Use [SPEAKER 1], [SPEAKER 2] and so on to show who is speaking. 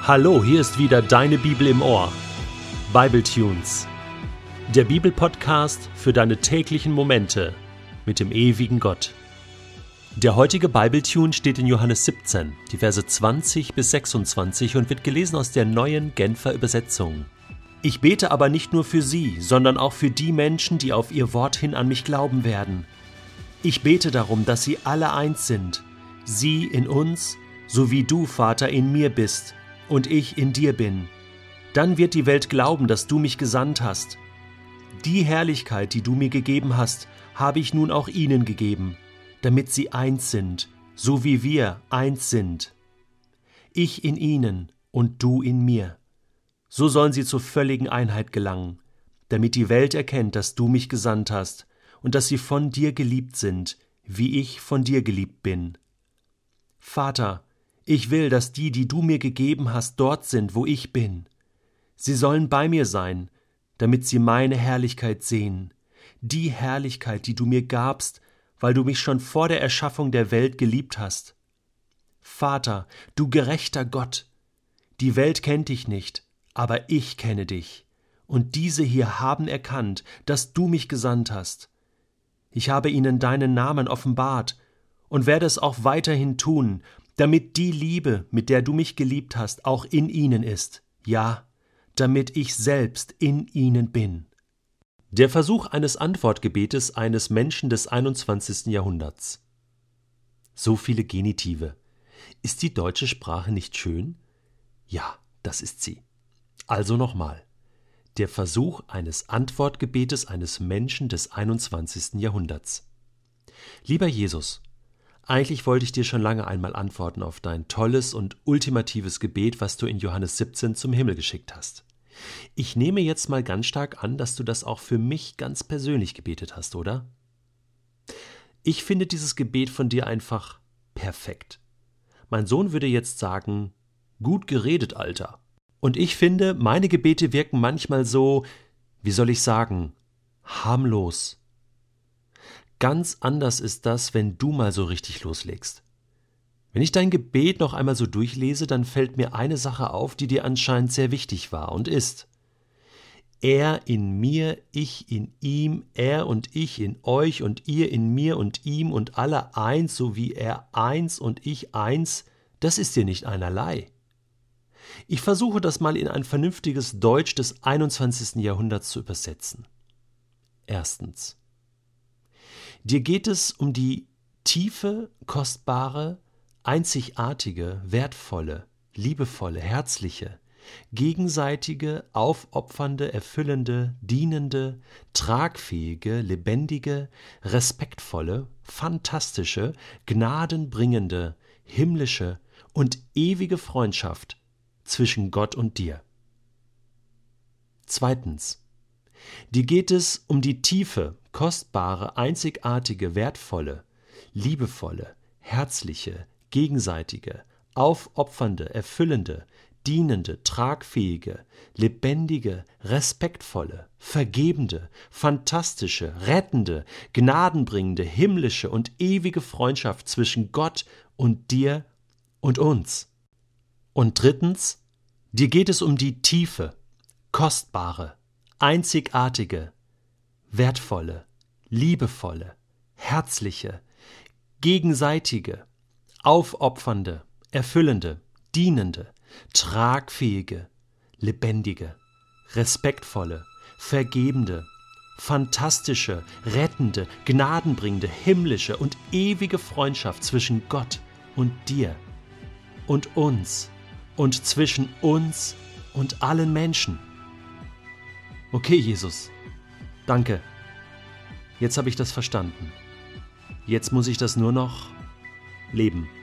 [SPEAKER 1] Hallo, hier ist wieder deine Bibel im Ohr. Bible Tunes. Der Bibelpodcast für deine täglichen Momente mit dem ewigen Gott. Der heutige Bible Tune steht in Johannes 17, die Verse 20 bis 26 und wird gelesen aus der neuen Genfer Übersetzung. Ich bete aber nicht nur für sie, sondern auch für die Menschen, die auf ihr Wort hin an mich glauben werden. Ich bete darum, dass sie alle eins sind, sie in uns, so wie du, Vater, in mir bist und ich in dir bin. Dann wird die Welt glauben, dass du mich gesandt hast. Die Herrlichkeit, die du mir gegeben hast, habe ich nun auch ihnen gegeben, damit sie eins sind, so wie wir eins sind. Ich in ihnen und du in mir. So sollen sie zur völligen Einheit gelangen, damit die Welt erkennt, dass du mich gesandt hast und dass sie von dir geliebt sind, wie ich von dir geliebt bin. Vater, ich will, dass die du mir gegeben hast, dort sind, wo ich bin. Sie sollen bei mir sein, damit sie meine Herrlichkeit sehen, die Herrlichkeit, die du mir gabst, weil du mich schon vor der Erschaffung der Welt geliebt hast. Vater, du gerechter Gott, die Welt kennt dich nicht, aber ich kenne dich, und diese hier haben erkannt, dass du mich gesandt hast. Ich habe ihnen deinen Namen offenbart und werde es auch weiterhin tun, damit die Liebe, mit der du mich geliebt hast, auch in ihnen ist, ja, damit ich selbst in ihnen bin. Der Versuch eines Antwortgebetes eines Menschen des 21. Jahrhunderts. So viele Genitive. Ist die deutsche Sprache nicht schön? Ja, das ist sie. Also nochmal. Der Versuch eines Antwortgebetes eines Menschen des 21. Jahrhunderts. Lieber Jesus, eigentlich wollte ich dir schon lange einmal antworten auf dein tolles und ultimatives Gebet, was du in Johannes 17 zum Himmel geschickt hast. Ich nehme jetzt mal ganz stark an, dass du das auch für mich ganz persönlich gebetet hast, oder? Ich finde dieses Gebet von dir einfach perfekt. Mein Sohn würde jetzt sagen, gut geredet, Alter. Und ich finde, meine Gebete wirken manchmal so, wie soll ich sagen, harmlos. Ganz anders ist das, wenn du mal so richtig loslegst. Wenn ich dein Gebet noch einmal so durchlese, dann fällt mir eine Sache auf, die dir anscheinend sehr wichtig war und ist: Er in mir, ich in ihm, er und ich in euch und ihr in mir und ihm und alle eins, so wie er eins und ich eins, das ist dir nicht einerlei. Ich versuche das mal in ein vernünftiges Deutsch des 21. Jahrhunderts zu übersetzen. Erstens. Dir geht es um die tiefe, kostbare, einzigartige, wertvolle, liebevolle, herzliche, gegenseitige, aufopfernde, erfüllende, dienende, tragfähige, lebendige, respektvolle, fantastische, gnadenbringende, himmlische und ewige Freundschaft zwischen Gott und dir. Zweitens. Dir geht es um die tiefe, kostbare, einzigartige, wertvolle, liebevolle, herzliche, gegenseitige, aufopfernde, erfüllende, dienende, tragfähige, lebendige, respektvolle, vergebende, fantastische, rettende, gnadenbringende, himmlische und ewige Freundschaft zwischen Gott und dir und uns. Und drittens, dir geht es um die tiefe, kostbare, einzigartige, wertvolle, liebevolle, herzliche, gegenseitige, aufopfernde, erfüllende, dienende, tragfähige, lebendige, respektvolle, vergebende, fantastische, rettende, gnadenbringende, himmlische und ewige Freundschaft zwischen Gott und dir und uns und zwischen uns und allen Menschen. Okay, Jesus, danke. Jetzt habe ich das verstanden. Jetzt muss ich das nur noch leben.